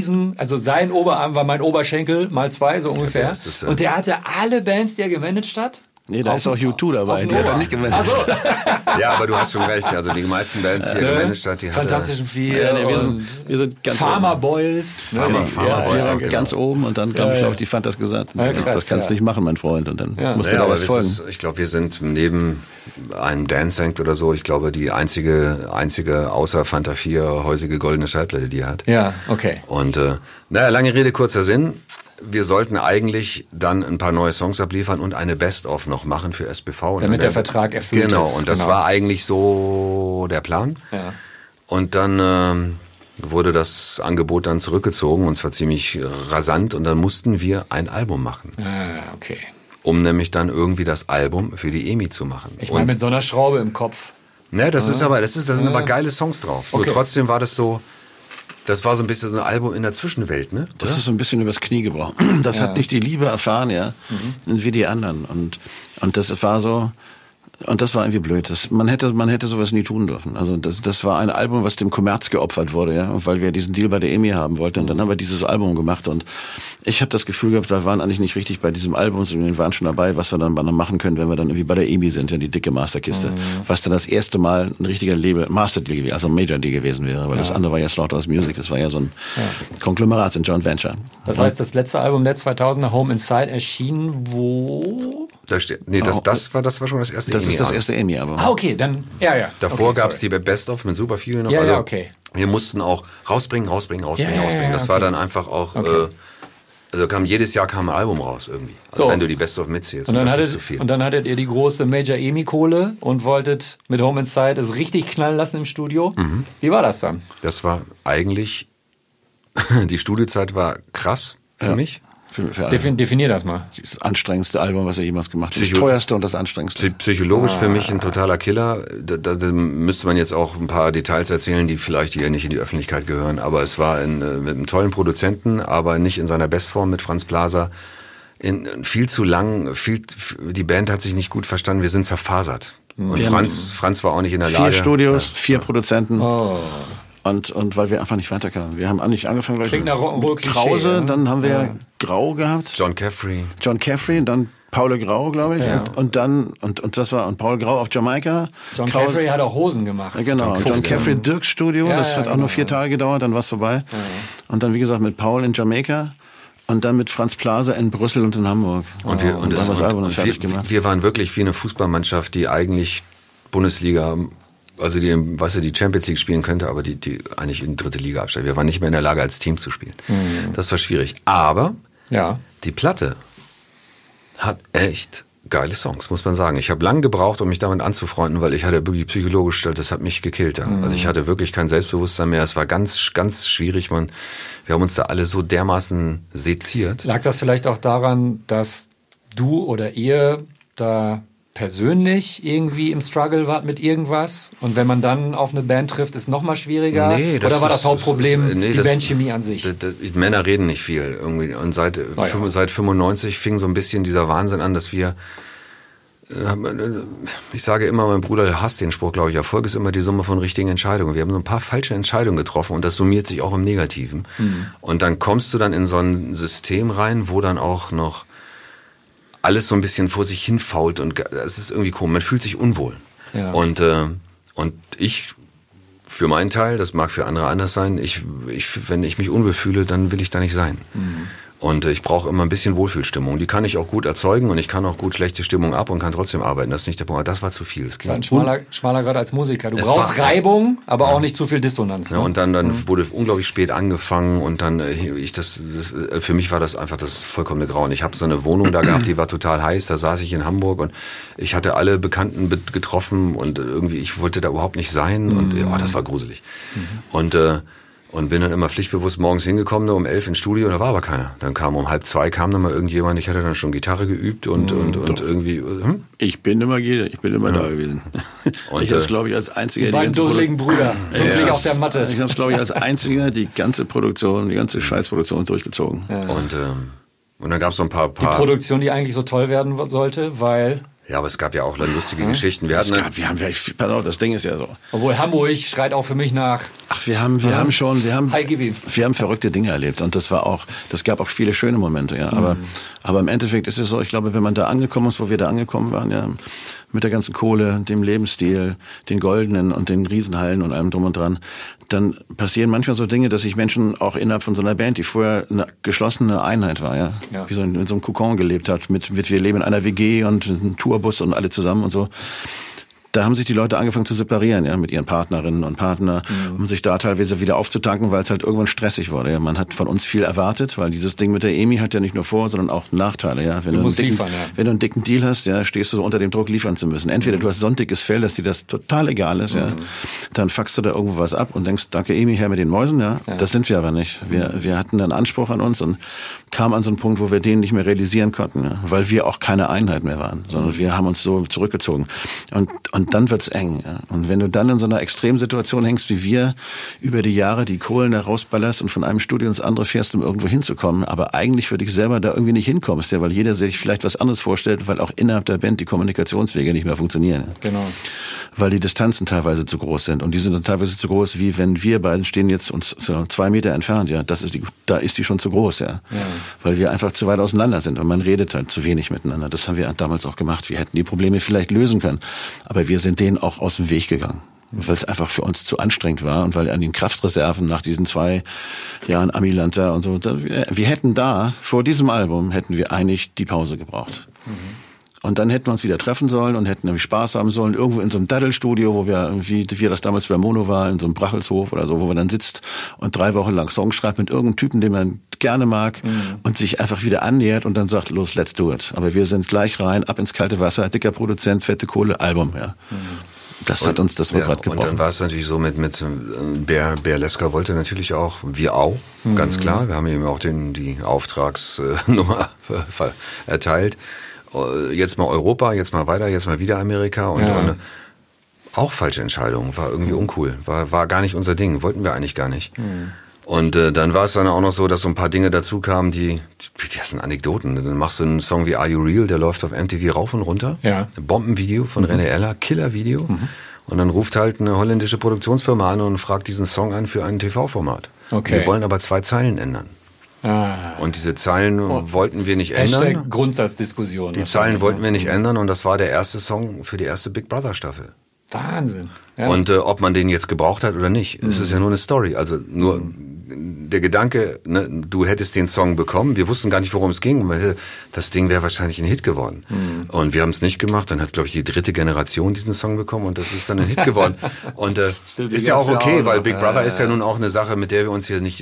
sein Oberarm war mein Oberschenkel, mal 2, so ungefähr. Und der hatte alle Bands, die er gemanagt hat. Nee, da ist auch U2 dabei, die hat er nicht gemanagt. So. Ja, aber du hast schon recht, also die meisten Bands, die er gemanagt hat, die Fantastischen Vier, wir sind ganz Farmer Boys. Wir sind ganz oben und dann, glaube ich, auch die Fantas gesagt, das kannst du nicht machen, mein Freund. Und dann musst du da was folgen. Ich glaube, wir sind neben einem Dance Act oder so, ich glaube, die einzige außer Fanta 4 häusige goldene Schallplatte, die er hat. Ja, okay. Und lange Rede, kurzer Sinn. Wir sollten eigentlich dann ein paar neue Songs abliefern und eine Best-of noch machen für SPV. Damit der Vertrag erfüllt ist. Genau, und das war eigentlich so der Plan. Ja. Und dann wurde das Angebot dann zurückgezogen und zwar ziemlich rasant und dann mussten wir ein Album machen. Ah, okay. Um nämlich dann irgendwie das Album für die EMI zu machen. Ich meine mit so einer Schraube im Kopf. Ne, da sind aber geile Songs drauf. Okay. Nur trotzdem war das so... Das war so ein bisschen so ein Album in der Zwischenwelt, ne? Das ist so ein bisschen übers Knie gebrochen. Das hat nicht die Liebe erfahren, wie die anderen. Und das war so, und das war irgendwie blöd. Man hätte sowas nie tun dürfen. Also das war ein Album, was dem Kommerz geopfert wurde, weil wir diesen Deal bei der EMI haben wollten. Und dann haben wir dieses Album gemacht. Und ich habe das Gefühl gehabt, wir waren eigentlich nicht richtig bei diesem Album, sondern wir waren schon dabei, was wir dann machen können, wenn wir dann irgendwie bei der EMI sind, die dicke Masterkiste. Was dann das erste Mal ein richtiger Label, Master Deal, also ein Major Deal gewesen wäre. Weil das andere war ja Slaughterhouse Music. Das war ja so ein Konglomerat, ein Joint Venture. Das heißt, das letzte Album der 2000er, Home Inside, erschien wo? Das war schon das erste EMI. Das ist das erste EMI-Album. Ah, okay, dann, ja. Davor gab es die Best-of mit super vielen noch. Ja, okay. Wir mussten auch rausbringen. Das war dann einfach auch, jedes Jahr kam ein Album raus irgendwie. Also wenn du die Best-of mitzählst. Und dann hattet ihr die große Major EMI-Kohle und wolltet mit Home Inside es richtig knallen lassen im Studio. Wie war das dann? Das war eigentlich, die Studiozeit war krass für mich. Definier das mal. Das anstrengendste Album, was er jemals gemacht hat. Das teuerste und das anstrengendste. Psychologisch für mich ein totaler Killer. Da müsste man jetzt auch ein paar Details erzählen, die vielleicht hier nicht in die Öffentlichkeit gehören. Aber es war mit einem tollen Produzenten, aber nicht in seiner Bestform mit Franz Blaser. Viel zu lang, die Band hat sich nicht gut verstanden. Wir sind zerfasert. Und Franz war auch nicht in der Lage. 4 Studios, 4 Produzenten. Oh. Und weil wir einfach nicht weiterkamen. Wir haben eigentlich angefangen mit Krause, dann haben wir Grau gehabt. John Caffrey, und dann Paul Grau, glaube ich. Ja. Und dann, und Paul Grau auf Jamaika. John Caffrey hat auch Hosen gemacht. Ja, genau. John Caffrey Dirks Studio. Das hat auch nur 4 Tage gedauert, dann war es vorbei. Ja. Und dann, wie gesagt, mit Paul in Jamaika. Und dann mit Franz Plaza in Brüssel und in Hamburg. Und wir waren wirklich wie eine Fußballmannschaft, die eigentlich Bundesliga, also die, weißt du, die Champions League spielen könnte, aber die eigentlich in 3. Liga absteigen. Wir waren nicht mehr in der Lage, als Team zu spielen. Das war schwierig. Aber die Platte hat echt geile Songs, muss man sagen. Ich habe lange gebraucht, um mich damit anzufreunden, weil ich hatte wirklich psychologisch, das hat mich gekillt. Ja. Also ich hatte wirklich kein Selbstbewusstsein mehr. Es war ganz, ganz schwierig. Wir haben uns da alle so dermaßen seziert. Lag das vielleicht auch daran, dass du oder ihr da persönlich irgendwie im Struggle wart mit irgendwas? Und wenn man dann auf eine Band trifft, ist es noch mal schwieriger? Nee, oder war das Hauptproblem die Bandchemie an sich? Männer reden nicht viel irgendwie. Und seit 95 fing so ein bisschen dieser Wahnsinn an, dass wir, ich sage immer, mein Bruder hasst den Spruch, glaube ich, Erfolg ist immer die Summe von richtigen Entscheidungen. Wir haben so ein paar falsche Entscheidungen getroffen und das summiert sich auch im Negativen. Und dann kommst du dann in so ein System rein, wo dann auch noch alles so ein bisschen vor sich hin fault und es ist irgendwie komisch. Man fühlt sich unwohl. Ja. Und ich, für meinen Teil, das mag für andere anders sein, wenn ich mich unwohl fühle, dann will ich da nicht sein. Und ich brauche immer ein bisschen Wohlfühlstimmung. Die kann ich auch gut erzeugen und ich kann auch gut schlechte Stimmung ab und kann trotzdem arbeiten. Das ist nicht der Punkt. Das war zu viel. Das war ein schmaler Grad als Musiker. Du brauchst Reibung, aber auch nicht zu viel Dissonanz. Ne? Ja, und dann wurde unglaublich spät angefangen und dann für mich war das einfach das vollkommene Grauen. Ich habe so eine Wohnung da gehabt, die war total heiß. Da saß ich in Hamburg und ich hatte alle Bekannten getroffen und irgendwie ich wollte da überhaupt nicht sein und das war gruselig. Und bin dann immer pflichtbewusst morgens hingekommen, um 11 ins Studio, da war aber keiner. Dann kam um 1:30 kam dann mal irgendjemand, ich hatte dann schon Gitarre geübt und irgendwie... Ich bin immer da gewesen. Und ich habe es, glaube ich, als einziger... Die beiden dusseligen Brüder, wirklich auf der Matte. Ich habe es, glaube ich, als einziger die ganze Scheißproduktion durchgezogen. Ja. Und dann gab es so ein paar... Die Produktion, die eigentlich so toll werden sollte, weil... Ja, aber es gab ja auch lustige Geschichten. Das Ding ist ja so. Obwohl Hamburg schreit auch für mich nach. Ach, wir haben verrückte Dinge erlebt und das gab auch viele schöne Momente, ja. Aber im Endeffekt ist es so, ich glaube, wenn man da angekommen ist, wo wir da angekommen waren, ja, mit der ganzen Kohle, dem Lebensstil, den Goldenen und den Riesenhallen und allem drum und dran, dann passieren manchmal so Dinge, dass sich Menschen auch innerhalb von so einer Band, die vorher eine geschlossene Einheit war, ja. Wie so in so einem Kokon gelebt hat, mit wir leben in einer WG und einem Tourbus und alle zusammen und so. Da haben sich die Leute angefangen zu separieren, ja, mit ihren Partnerinnen und Partnern, um sich da teilweise wieder aufzutanken, weil es halt irgendwann stressig wurde. Ja. Man hat von uns viel erwartet, weil dieses Ding mit der EMI hat ja nicht nur Vor-, sondern auch Nachteile. Ja. Wenn du einen dicken Deal hast, ja, stehst du so unter dem Druck, liefern zu müssen. Entweder du hast so ein dickes Fell, dass dir das total egal ist, ja, dann fuckst du da irgendwo was ab und denkst, danke EMI, her mit den Mäusen, ja. Das sind wir aber nicht. Wir hatten einen Anspruch an uns und kamen an so einen Punkt, wo wir den nicht mehr realisieren konnten, ja, weil wir auch keine Einheit mehr waren, sondern wir haben uns so zurückgezogen. Und dann wird's eng. Ja. Und wenn du dann in so einer Extremsituation hängst wie wir, über die Jahre die Kohlen da rausballerst und von einem Studio ins andere fährst, um irgendwo hinzukommen, aber eigentlich für dich selber da irgendwie nicht hinkommst, ja, weil jeder sich vielleicht was anderes vorstellt, weil auch innerhalb der Band die Kommunikationswege nicht mehr funktionieren. Ja. Genau. Weil die Distanzen teilweise zu groß sind. Und die sind dann teilweise zu groß, wie wenn wir beiden stehen jetzt uns so 2 Meter entfernt, ja, da ist die schon zu groß, ja. Weil wir einfach zu weit auseinander sind und man redet halt zu wenig miteinander. Das haben wir damals auch gemacht. Wir hätten die Probleme vielleicht lösen können. Aber wir sind denen auch aus dem Weg gegangen. Weil es einfach für uns zu anstrengend war und weil an den Kraftreserven nach diesen 2 Jahren Amiland da und so, wir hätten vor diesem Album hätten wir eigentlich die Pause gebraucht. Und dann hätten wir uns wieder treffen sollen und hätten irgendwie Spaß haben sollen, irgendwo in so einem Daddelstudio, wo wir irgendwie, wie das damals bei Mono war, in so einem Brachelshof oder so, wo man dann sitzt und 3 Wochen lang Songs schreibt mit irgendeinem Typen, den man gerne mag und sich einfach wieder annähert und dann sagt, los, let's do it. Aber wir sind gleich rein, ab ins kalte Wasser, dicker Produzent, fette Kohle, Album, ja. Das hat uns das Rückgrat gebrochen. Und dann war es natürlich so mit Bär Leska wollte natürlich auch, wir auch, ganz klar. Wir haben ihm auch die Auftragsnummer erteilt. Jetzt mal Europa, jetzt mal weiter, jetzt mal wieder Amerika und auch falsche Entscheidung, war irgendwie uncool, war gar nicht unser Ding, wollten wir eigentlich gar nicht. Und dann war es dann auch noch so, dass so ein paar Dinge dazu kamen, die sind Anekdoten. Dann machst du einen Song wie Are You Real, der läuft auf MTV rauf und runter. Ja. Ein Bombenvideo von René Eller, Killer-Video. Und dann ruft halt eine holländische Produktionsfirma an und fragt diesen Song an für ein TV-Format. Okay. Wir wollen aber 2 Zeilen ändern. Und diese Zeilen wollten wir nicht ändern. Grundsatzdiskussion. Die Zeilen wollten wir nicht ändern und das war der erste Song für die erste Big Brother Staffel. Wahnsinn. Ja. Und ob man den jetzt gebraucht hat oder nicht, es ist ja nur eine Story. Also nur der Gedanke, ne, du hättest den Song bekommen, wir wussten gar nicht, worum es ging, weil das Ding wäre wahrscheinlich ein Hit geworden. Und wir haben es nicht gemacht, dann hat, glaube ich, die 3. Generation diesen Song bekommen und das ist dann ein Hit geworden. Und Stimmt, ist ja auch okay, weil Big Brother ist ja nun auch eine Sache, mit der wir uns hier nicht,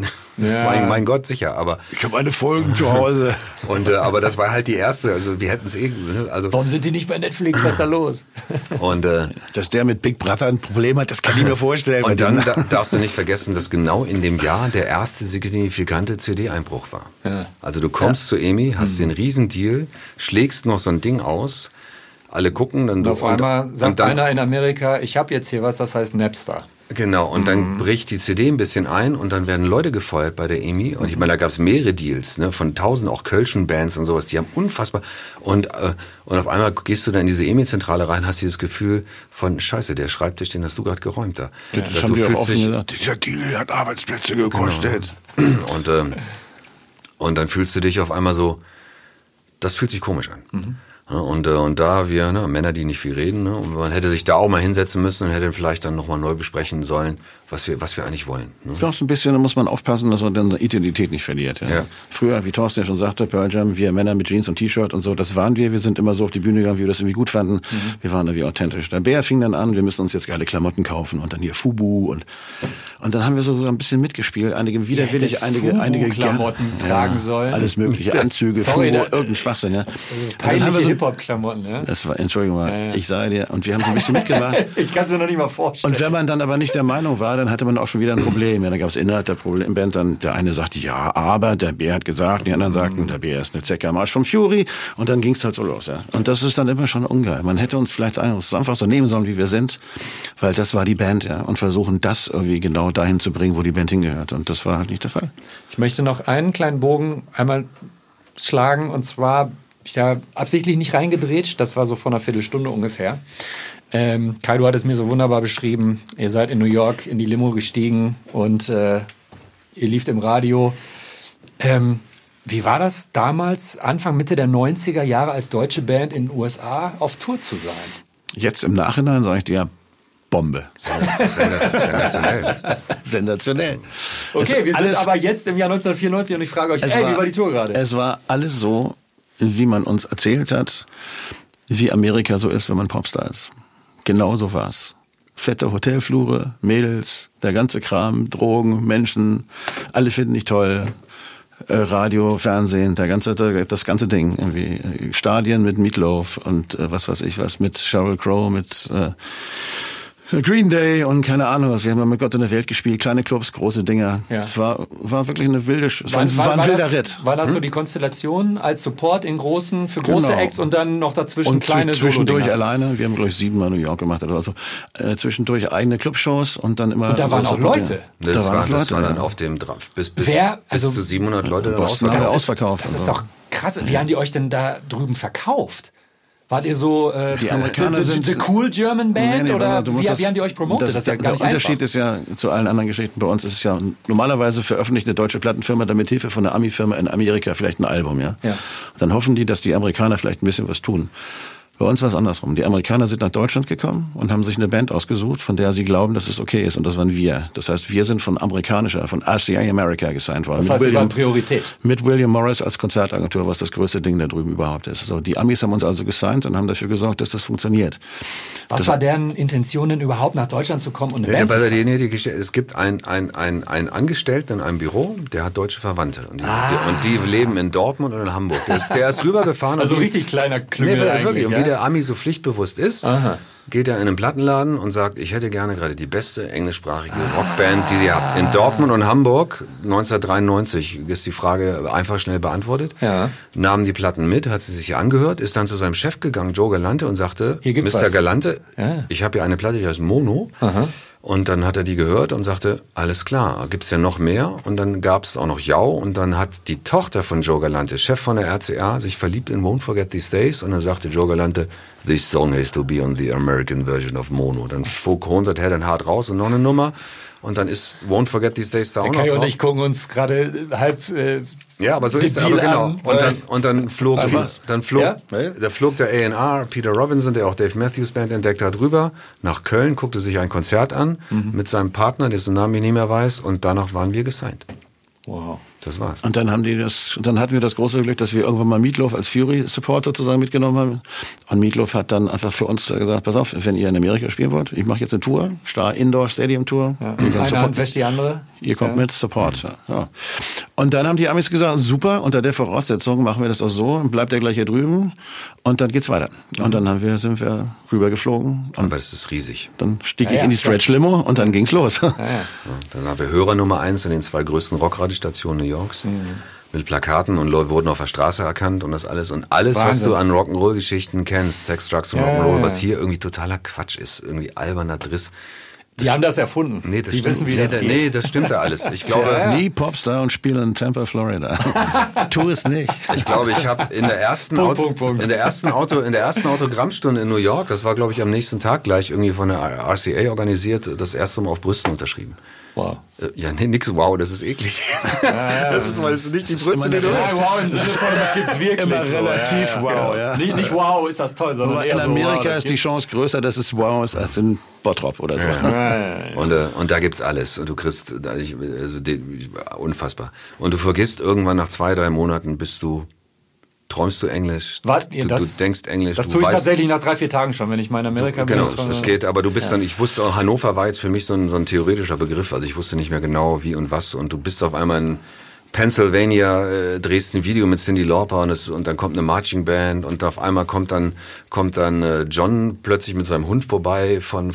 mein Gott, sicher, aber... Ich habe eine Folgen zu Hause. Und aber das war halt die erste, also wir hätten es also... Warum sind die nicht bei Netflix, was ist da los? Und dass der mit Big Brother ein Problem hat, das kann ich mir vorstellen. Und dann darfst du nicht vergessen, dass genau in dem Jahr der erste signifikante CD-Einbruch war. Ja. Also du kommst zu EMI, hast den Riesendeal, schlägst noch so ein Ding aus, alle gucken, dann... Und auf einmal sagt einer in Amerika, ich habe jetzt hier was, das heißt Napster. Genau, und dann bricht die CD ein bisschen ein und dann werden Leute gefeuert bei der EMI. Und ich meine, da gab es mehrere Deals, ne, von 1000 auch Kölschen Bands und sowas, die haben unfassbar... Und auf einmal gehst du dann in diese EMI-Zentrale rein, hast dieses Gefühl von, Scheiße, der Schreibtisch, den hast du gerade geräumt da. Ja, das haben die auch offen gesagt. Dieser Deal hat Arbeitsplätze gekostet. Genau. Und dann fühlst du dich auf einmal so, das fühlt sich komisch an. Und da wir, Männer, die nicht viel reden, und man hätte sich da auch mal hinsetzen müssen und hätte vielleicht dann nochmal neu besprechen sollen, was wir eigentlich wollen. Doch, so ein bisschen, da muss man aufpassen, dass man dann Identität nicht verliert. Ja. Früher, wie Thorsten ja schon sagte, Pearl Jam, wir Männer mit Jeans und T-Shirt und so, das waren wir. Wir sind immer so auf die Bühne gegangen, wie wir das irgendwie gut fanden. Wir waren irgendwie authentisch. Der Bär fing dann an, wir müssen uns jetzt geile Klamotten kaufen und dann hier Fubu und dann haben wir so ein bisschen mitgespielt. Einige widerwillig, einige Klamotten tragen sollen. Alles mögliche, Anzüge, Fubu, irgendein Schwachsinn. Ja. Peinliche Hip-Hop-Klamotten. Ja. Das war, Entschuldigung mal, ich sage dir, und wir haben so ein bisschen mitgemacht. Ich kann es mir noch nicht mal vorstellen. Und wenn man dann aber nicht der Meinung war, dann hatte man auch schon wieder ein Problem. Ja, da gab es innerhalb der Band dann, der eine sagte, ja, aber der Bär hat gesagt, die anderen sagten, der Bär ist eine Zecke am Arsch vom Fury. Und dann ging es halt so los. Ja. Und das ist dann immer schon ungeil. Man hätte uns vielleicht einfach so nehmen sollen, wie wir sind, weil das war die Band, ja, und versuchen, das irgendwie genau dahin zu bringen, wo die Band hingehört. Und das war halt nicht der Fall. Ich möchte noch einen kleinen Bogen einmal schlagen, und zwar, ich habe absichtlich nicht reingedreht, das war so vor einer Viertelstunde ungefähr. Kai, du hattest mir so wunderbar beschrieben, ihr seid in New York in die Limo gestiegen und ihr lieft im Radio. Wie war das damals, Anfang, Mitte der 90er Jahre als deutsche Band in den USA auf Tour zu sein? Jetzt im Nachhinein sage ich dir, Bombe. Sensationell. Okay, wir sind aber jetzt im Jahr 1994 und ich frage euch, wie war die Tour gerade? Es war alles so, wie man uns erzählt hat, wie Amerika so ist, wenn man Popstar ist. Genau so war's. Fette Hotelflure, Mädels, der ganze Kram, Drogen, Menschen, alle finden dich toll. Radio, Fernsehen, das ganze Ding, irgendwie Stadien mit Meatloaf und was weiß ich was, mit Sheryl Crow, mit Green Day und keine Ahnung was. Wir haben ja mit Gott in der Welt gespielt, kleine Clubs, große Dinger. Ja. Es war wirklich eine wilde, war ein wilder Ritt. War das so die Konstellation als Support in großen, für große Acts und dann noch dazwischen und kleine zwischendurch alleine. Wir haben, glaube ich, 7-mal New York gemacht oder so. Zwischendurch eigene Clubshows und dann immer... Und da waren auch Leute. Das war dann auf dem bis zu 700 Leute ausverkauft. Das ist doch krass. Wie haben die euch denn da drüben verkauft? Wart ihr so die Amerikaner sind the cool German Band oder wie haben die euch promotet? Das ist ja gar nicht der Unterschied ist ja zu allen anderen Geschichten. Bei uns ist es ja normalerweise veröffentlicht eine deutsche Plattenfirma damit Hilfe von einer Ami-Firma in Amerika vielleicht ein Album, ja. Dann hoffen die, dass die Amerikaner vielleicht ein bisschen was tun. Bei uns war es andersrum. Die Amerikaner sind nach Deutschland gekommen und haben sich eine Band ausgesucht, von der sie glauben, dass es okay ist. Und das waren wir. Das heißt, wir sind von RCA America gesigned worden. Das heißt, wir waren Priorität. Mit William Morris als Konzertagentur, was das größte Ding da drüben überhaupt ist. So, die Amis haben uns also gesigned und haben dafür gesorgt, dass das funktioniert. Was war deren Intention denn überhaupt nach Deutschland zu kommen und eine Band zu sein? Es gibt einen Angestellten in einem Büro, der hat deutsche Verwandte. Und die leben in Dortmund und in Hamburg. Der ist rübergefahren. Also richtig kleiner Klüngel eigentlich. Wie der Ami so pflichtbewusst ist, geht er in einen Plattenladen und sagt, ich hätte gerne gerade die beste englischsprachige Rockband, die sie habt. In Dortmund und Hamburg, 1993, ist die Frage einfach schnell beantwortet. Ja. Nahm die Platten mit, hat sie sich angehört, ist dann zu seinem Chef gegangen, Joe Galante, und sagte, Mr. Galante, ich habe hier eine Platte, die heißt Mono. Und dann hat er die gehört und sagte, alles klar, gibt's ja noch mehr? Und dann gab's auch noch Jau und dann hat die Tochter von Joe Galante, Chef von der RCA, sich verliebt in Won't Forget These Days und dann sagte Joe Galante, this song has to be on the American version of Mono. Dann flog Hohensatt Head and Heart raus und noch eine Nummer und dann ist Won't Forget These Days da auch noch Kai drauf. und ich gucken uns gerade halb Ja, aber so ist es, aber genau. Und dann flog der A&R, Peter Robinson, der auch Dave Matthews Band entdeckt hat, rüber nach Köln, guckte sich ein Konzert an mit seinem Partner, dessen Namen ich nicht mehr weiß, und danach waren wir gesigned. Wow. Das war's. Und dann hatten wir das große Glück, dass wir irgendwann mal Meatloaf als Fury-Support sozusagen mitgenommen haben. Und Meatloaf hat dann einfach für uns gesagt, pass auf, wenn ihr in Amerika spielen wollt, ich mache jetzt eine Tour, Indoor Stadium Tour. Ja. Eine Hand wäscht die andere. Ihr kommt mit, Support. Ja. Und dann haben die Amis gesagt, super, unter der Voraussetzung machen wir das auch so, bleibt der gleich hier drüben und dann geht's weiter. Und dann sind wir rübergeflogen. Aber das ist riesig. Dann stieg ich in die Stretch-Limo und dann ging's los. Ja, dann waren wir Hörer Nummer 1 in den 2 größten Rockradiostationen New Yorks. Mit Plakaten und Leute wurden auf der Straße erkannt und das alles. Und alles, Wahnsinn. Was du an Rock'n'Roll-Geschichten kennst, Sex, Drugs und Rock'n'Roll, was hier irgendwie totaler Quatsch ist, irgendwie alberner Driss. Die haben das erfunden. Nee, das die stimmt. Wissen, wie das geht. Nee, das stimmt da alles. Ich glaube, nie Popstar und spiele in Tampa, Florida. Tu es nicht. Ich glaube, ich habe in der ersten Autogrammstunde in New York, das war glaube ich am nächsten Tag gleich irgendwie von der RCA organisiert, das erste Mal auf Brüsten unterschrieben. Wow. Ja, nee, nix wow, das ist eklig. Das ist mal nicht die Brüste, die du hast. Wow, im Sinne von, das gibt's wirklich. Immer so. relativ wow, ja. Nicht wow, ist das toll, sondern eher in Amerika so, wow, ist die Chance größer, dass es wow ist, als in Bottrop oder so. Ja. Und da gibt's alles. Und du kriegst, unfassbar. Und du vergisst irgendwann nach 2-3 Monaten träumst du Englisch, du denkst Englisch. Das tue ich tatsächlich nach 3-4 Tagen schon, wenn ich mal in Amerika bin. Genau, das geht, aber du bist dann, ich wusste auch, Hannover war jetzt für mich so ein theoretischer Begriff, also ich wusste nicht mehr genau wie und was und du bist auf einmal in Pennsylvania, drehst ein Video mit Cyndi Lauper und dann kommt eine Marching Band und auf einmal kommt dann John plötzlich mit seinem Hund vorbei von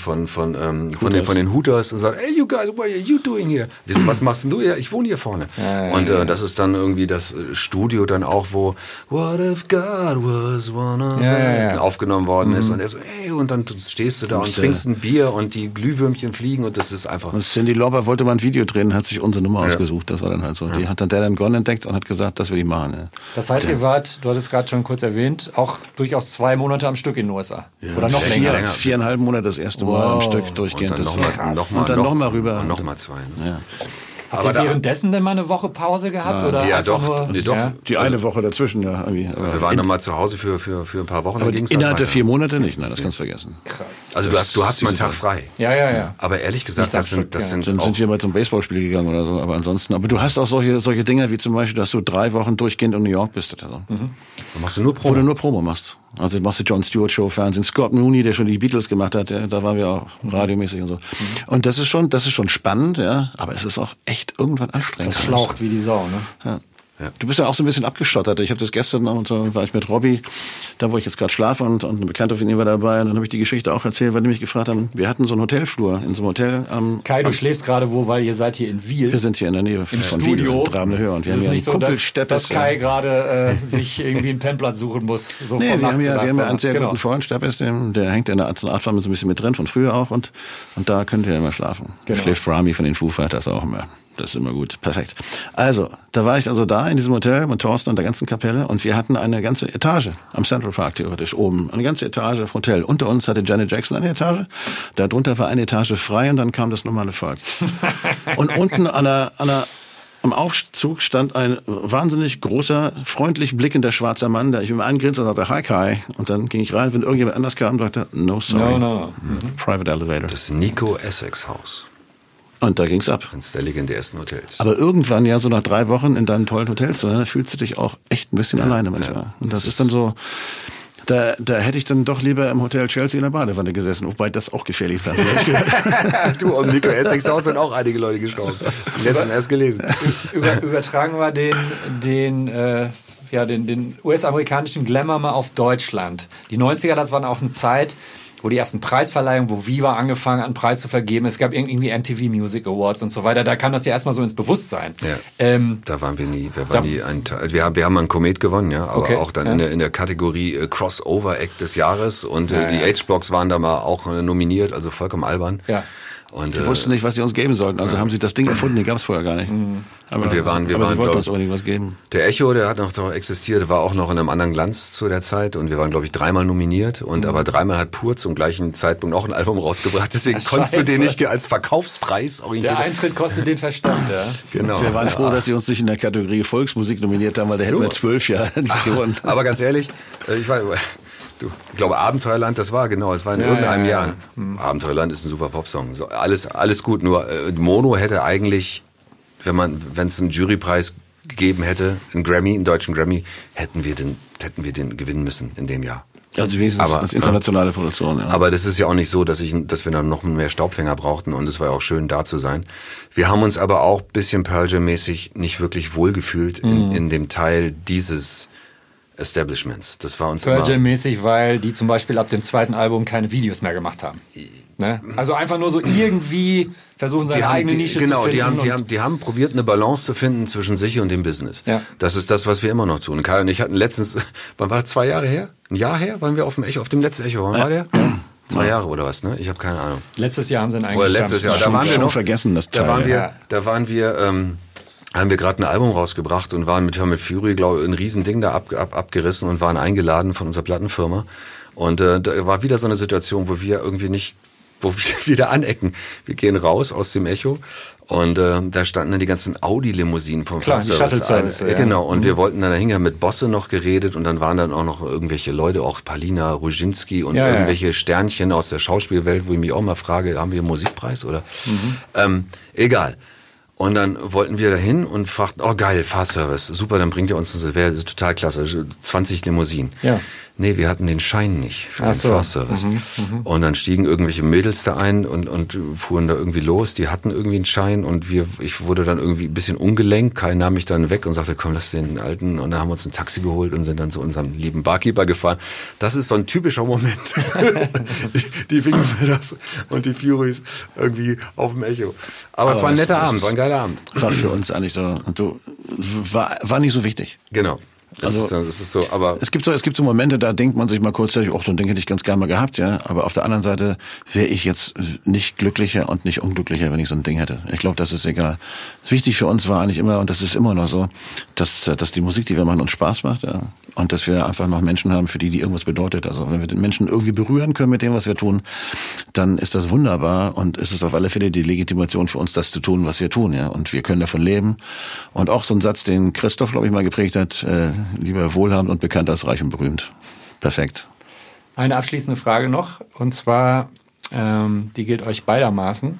den Hooters und sagt, hey you guys, what are you doing here? Was machst denn du? Ja, ich wohne hier vorne. Und das ist dann irgendwie das Studio dann auch, wo What if God was one of them aufgenommen worden ist und er so, hey, und dann stehst du da und trinkst ein Bier und die Glühwürmchen fliegen und das ist einfach. Und Cyndi Lauper wollte mal ein Video drehen, hat sich unsere Nummer ausgesucht, das war dann halt so. Die hat dann Dan Gone entdeckt und hat gesagt, das will ich machen. Ja. Das heißt, ihr wart, du hattest gerade schon kurz erwähnt, auch durchaus 2 Monate am Stück in den USA. Ja. Oder noch länger. 4,5 Monate das erste Mal am Stück durchgehend. Und dann nochmal rüber. Und nochmal 2. Ne? Ja. Habt ihr währenddessen denn mal eine Woche Pause gehabt? Oder ja, doch. Die eine Woche dazwischen, ja. Irgendwie. Wir waren dann mal zu Hause für ein paar Wochen. Aber innerhalb der 4 Monate nicht, nein, das kannst du vergessen. Krass. Also du hast mal einen Tag frei. Ja. Aber ehrlich gesagt, dann sind wir mal zum Baseballspiel gegangen oder so, aber ansonsten. Aber du hast auch solche Dinge wie zum Beispiel, dass du 3 Wochen durchgehend in New York bist oder so. Dann machst du nur Promo. Wo du nur Promo machst. Also machst du Jon Stewart Show, Fernsehen, Scott Mooney, der schon die Beatles gemacht hat, da waren wir auch radiomäßig und so. Und das ist schon spannend, ja, aber es ist auch echt irgendwann anstrengend. Das schlaucht wie die Sau, ne? Ja. Du bist ja auch so ein bisschen abgestottert. Ich habe das gestern und so war ich mit Robby, da wo ich jetzt gerade schlafe und eine Bekannte von ihm war dabei und dann habe ich die Geschichte auch erzählt, weil die mich gefragt haben, wir hatten so einen Hotelflur in so einem Hotel Kai, du schläfst gerade wo, weil ihr seid hier in Wiel. Wir sind hier in der Nähe von Studio. Wiel, Höhe und wir haben ja nicht so, dass Kai gerade sich irgendwie einen Pennplatz suchen muss. So nee, wir haben ja einen sehr guten Freund, Steppes, der hängt in der Artfarm so ein bisschen mit drin, von früher auch und da könnt ihr immer schlafen. Genau. Schläft Rami von den Foo Fighters auch immer. Das ist immer gut. Perfekt. Also, da war ich da in diesem Hotel mit Thorsten und der ganzen Kapelle und wir hatten eine ganze Etage am Central Park theoretisch oben. Eine ganze Etage im Hotel. Unter uns hatte Janet Jackson eine Etage. Darunter war eine Etage frei und dann kam das normale Volk. Und unten am Aufzug stand ein wahnsinnig großer, freundlich blickender schwarzer Mann, der ich immer angrinste und sagte, hi Kai. Und dann ging ich rein, wenn irgendjemand anders kam, sagte er, no sorry. No. Private Elevator. Das Nico Essex Haus. Und da ging's ab. Eines der legendärsten Hotels. Aber irgendwann, ja, so nach 3 Wochen in deinem tollen Hotel zu sein, fühlst du dich auch echt ein bisschen alleine manchmal. Ja, und das ist dann so, da hätte ich dann doch lieber im Hotel Chelsea in der Badewanne gesessen, wobei das auch gefährlich sein soll. Du, um Nico Essex Haus sind auch einige Leute gestorben. Letzten erst gelesen. Übertragen wir den US-amerikanischen Glamour mal auf Deutschland. Die 90er, das waren auch eine Zeit, wo die ersten Preisverleihungen, wo Viva angefangen hat, einen Preis zu vergeben. Es gab irgendwie MTV Music Awards und so weiter. Da kam das ja erstmal so ins Bewusstsein. Ja, da waren wir nie. Wir haben einen Komet gewonnen, ja, aber auch dann in der Kategorie Crossover Act des Jahres und die H-Blocks waren da mal auch nominiert, also vollkommen albern. Ja. Und, die wussten nicht, was sie uns geben sollten. Also haben sie das Ding erfunden, die gab es vorher gar nicht. Aber wir waren, sie wollten uns aber nicht was geben. Der Echo, der hat noch existiert, war auch noch in einem anderen Glanz zu der Zeit. Und wir waren, glaube ich, 3-mal nominiert. Und aber 3-mal hat Pur zum gleichen Zeitpunkt auch ein Album rausgebracht. Deswegen konntest du den nicht als Verkaufspreis orientieren. Der Eintritt kostet den Verstand, ja. Genau. Wir waren froh, dass sie uns nicht in der Kategorie Volksmusik nominiert haben, weil da hätten wir 12 Jahre nichts gewonnen. Aber ganz ehrlich, ich glaube, Abenteuerland, es war in irgendeinem Jahr. Abenteuerland ist ein super Popsong. So, alles gut, nur Mono hätte eigentlich, wenn es einen Jurypreis gegeben hätte, einen deutschen Grammy, hätten wir den gewinnen müssen in dem Jahr. Also wenigstens als internationale Produktion. Ja. Aber das ist ja auch nicht so, dass wir dann noch mehr Staubfänger brauchten und es war ja auch schön, da zu sein. Wir haben uns aber auch ein bisschen Pearl Jam-mäßig nicht wirklich wohlgefühlt in dem Teil dieses Establishments. Das war uns Pearl Jam-mäßig, weil die zum Beispiel ab dem zweiten Album keine Videos mehr gemacht haben. Ne? Also einfach nur so irgendwie versuchen, seine eigene Nische zu finden. Die haben probiert, eine Balance zu finden zwischen sich und dem Business. Ja. Das ist das, was wir immer noch tun. Kai und ich hatten letztens, wann war das, 2 Jahre her? Ein Jahr her waren wir auf dem Echo, auf dem letzten Echo. Wann war der? Ja. 2 Jahre oder was, ne? Ich habe keine Ahnung. Letztes Jahr haben sie ihn eigentlich letztes Jahr. Da waren wir noch vergessen, das Teil. Haben wir gerade ein Album rausgebracht und waren mit Fury, glaube ich, ein Riesending da abgerissen und waren eingeladen von unserer Plattenfirma. Und da war wieder so eine Situation, wo wir wieder anecken. Wir gehen raus aus dem Echo und da standen dann die ganzen Audi-Limousinen vom Klar, die Shuttle-Service. Ja. Genau, und wir wollten dann dahin, haben mit Bosse noch geredet und dann waren dann auch noch irgendwelche Leute, auch Palina Ruzinski und irgendwelche Sternchen aus der Schauspielwelt, wo ich mich auch mal frage, haben wir einen Musikpreis oder? Egal. Und dann wollten wir dahin und fragten, oh geil, Fahrservice, super, dann bringt ihr uns, das wäre total klasse, 20 Limousinen. Ja. Nee, wir hatten den Schein nicht für den Fahrservice. Und dann stiegen irgendwelche Mädels da ein und fuhren da irgendwie los, die hatten irgendwie einen Schein und ich wurde dann irgendwie ein bisschen ungelenkt, Kai nahm mich dann weg und sagte, komm, lass den Alten, und dann haben wir uns ein Taxi geholt und sind dann zu unserem lieben Barkeeper gefahren. Das ist so ein typischer Moment. die Winkelfelders und die Furys irgendwie auf dem Echo. Aber es war ein netter Abend, war ein geiler Abend. War für uns eigentlich so, war nicht so wichtig. Genau. Das ist so, aber es gibt so Momente, da denkt man sich mal kurzzeitig, so ein Ding hätte ich ganz gerne mal gehabt, ja. Aber auf der anderen Seite wäre ich jetzt nicht glücklicher und nicht unglücklicher, wenn ich so ein Ding hätte. Ich glaube, das ist egal. Wichtig für uns war eigentlich immer, und das ist immer noch so, dass die Musik, die wir machen, uns Spaß macht, ja. Und dass wir einfach noch Menschen haben, für die irgendwas bedeutet. Also wenn wir den Menschen irgendwie berühren können mit dem, was wir tun, dann ist das wunderbar und ist es auf alle Fälle die Legitimation für uns, das zu tun, was wir tun, ja. Und wir können davon leben. Und auch so ein Satz, den Christoph, glaube ich, mal geprägt hat, lieber wohlhabend und bekannt als reich und berühmt. Perfekt. Eine abschließende Frage noch, und zwar, die gilt euch beidermaßen.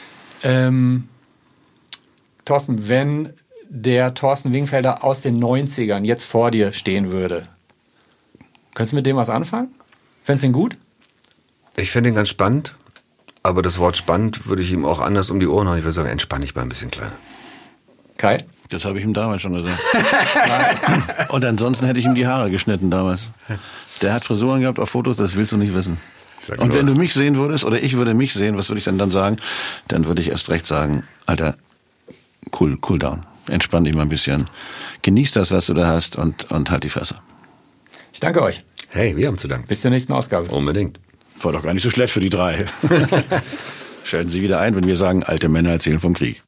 Thorsten, wenn der Thorsten Wingfelder aus den 90ern jetzt vor dir stehen würde, könntest du mit dem was anfangen? Fändest du ihn gut? Ich fände ihn ganz spannend, aber das Wort spannend würde ich ihm auch anders um die Ohren hauen. Ich würde sagen, entspann dich mal ein bisschen kleiner. Kai? Das habe ich ihm damals schon gesagt. Und ansonsten hätte ich ihm die Haare geschnitten damals. Der hat Frisuren gehabt auf Fotos, das willst du nicht wissen. Und wenn du mich sehen würdest, oder ich würde mich sehen, was würde ich denn dann sagen? Dann würde ich erst recht sagen, Alter, cool down. Entspann dich mal ein bisschen. Genieß das, was du da hast und halt die Fresse. Ich danke euch. Hey, wir haben zu danken. Bis zur nächsten Ausgabe. Unbedingt. War doch gar nicht so schlecht für die 3. Schalten Sie wieder ein, wenn wir sagen, alte Männer erzählen vom Krieg.